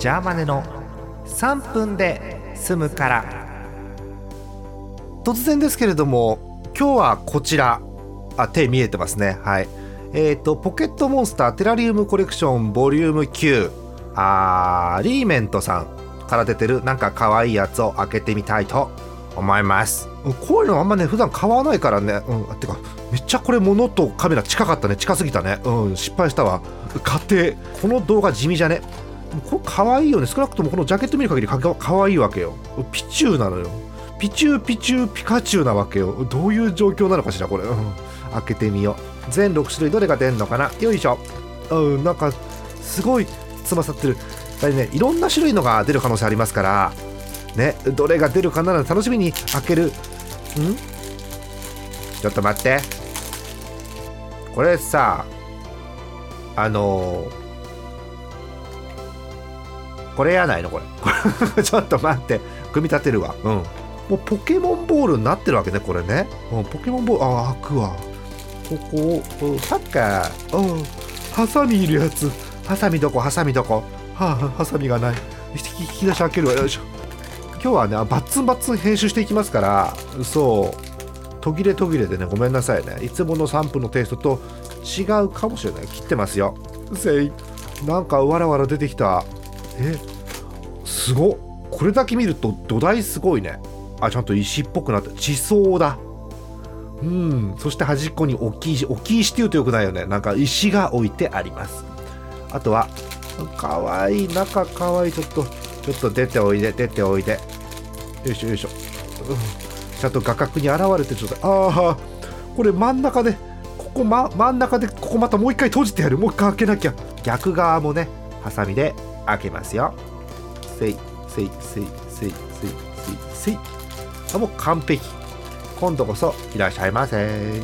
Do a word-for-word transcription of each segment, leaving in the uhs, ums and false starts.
ジャーマネのさんぷんで済むから。突然ですけれども、今日はこちら、あ、手見えてますね。はい。えっとポケットモンスターテラリウムコレクションボリュームきゅう、あーリーメントさんから出てるなんか可愛いやつを開けてみたいと思います。こういうのあんまね普段買わないからね。うん、てかめっちゃこれ物とカメラ近かったね。近すぎたね。うん、失敗したわ。買ってこの動画地味じゃね。これ可愛いよね。少なくともこのジャケット見る限りか可愛いわけよ。ピチューなのよ。ピチューピチューピカチュウなわけよ。どういう状況なのかしらこれ。うん、開けてみよう。全ろくしゅるいどれが出んのかな。よいしょ。うん、なんかすごいつまさってる。やっぱりね、いろんな種類のが出る可能性ありますからね。どれが出るかなら楽しみに開ける。んちょっと待って、これさ、あのー、これやないのこれちょっと待って、組み立てるわ。うん、もうポケモンボールになってるわけねこれね。うん、ポケモンボール、ああ開くわ。ここをサッカー、うん、ハサミいるやつ。ハサミどこ、ハサミどこ。はあ、ハサミがない。引き出し開けるわ。よいしょ。今日はねバッツンバッツン編集していきますから、そう途切れ途切れでねごめんなさいね。いつものさんぷんのテイストと違うかもしれない。切ってますよ。せい、なんかわらわら出てきた。え、すごっ。これだけ見ると土台すごいね。あ、ちゃんと石っぽくなった。地層だ。うん、そして端っこに大きい石、大きい石って言うとよくないよね。なんか石が置いてあります。あとはかわいい、中かわいい。ちょっとちょっと出ておいで、出ておいで。よいしょよいしょ、うん、ちゃんと画角に現れてちょっと。ああ、これ真ん中でここ、ま、真ん中でここまたもう一回閉じてやる。もう一回開けなきゃ。逆側もねハサミで開けますよ。せいせいせいせいせいせいせい。あ、もう完璧。今度こそいらっしゃいませ。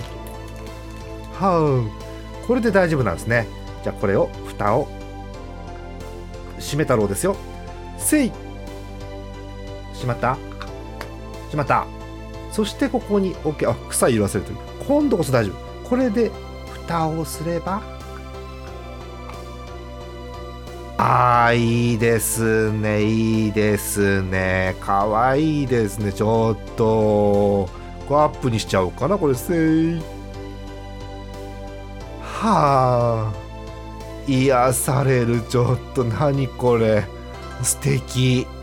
はあ、これで大丈夫なんですね。じゃあこれを蓋を閉めたろうですよ。せい、しまった、しまった。そしてここに OK。 あ、草入れ忘れてる。今度こそ大丈夫。これで蓋をすれば、あーいいですね、いいですね、かわいいですね。ちょっとこれアップにしちゃおうかなこれ。せい、はあ、癒される。ちょっと何これ、素敵。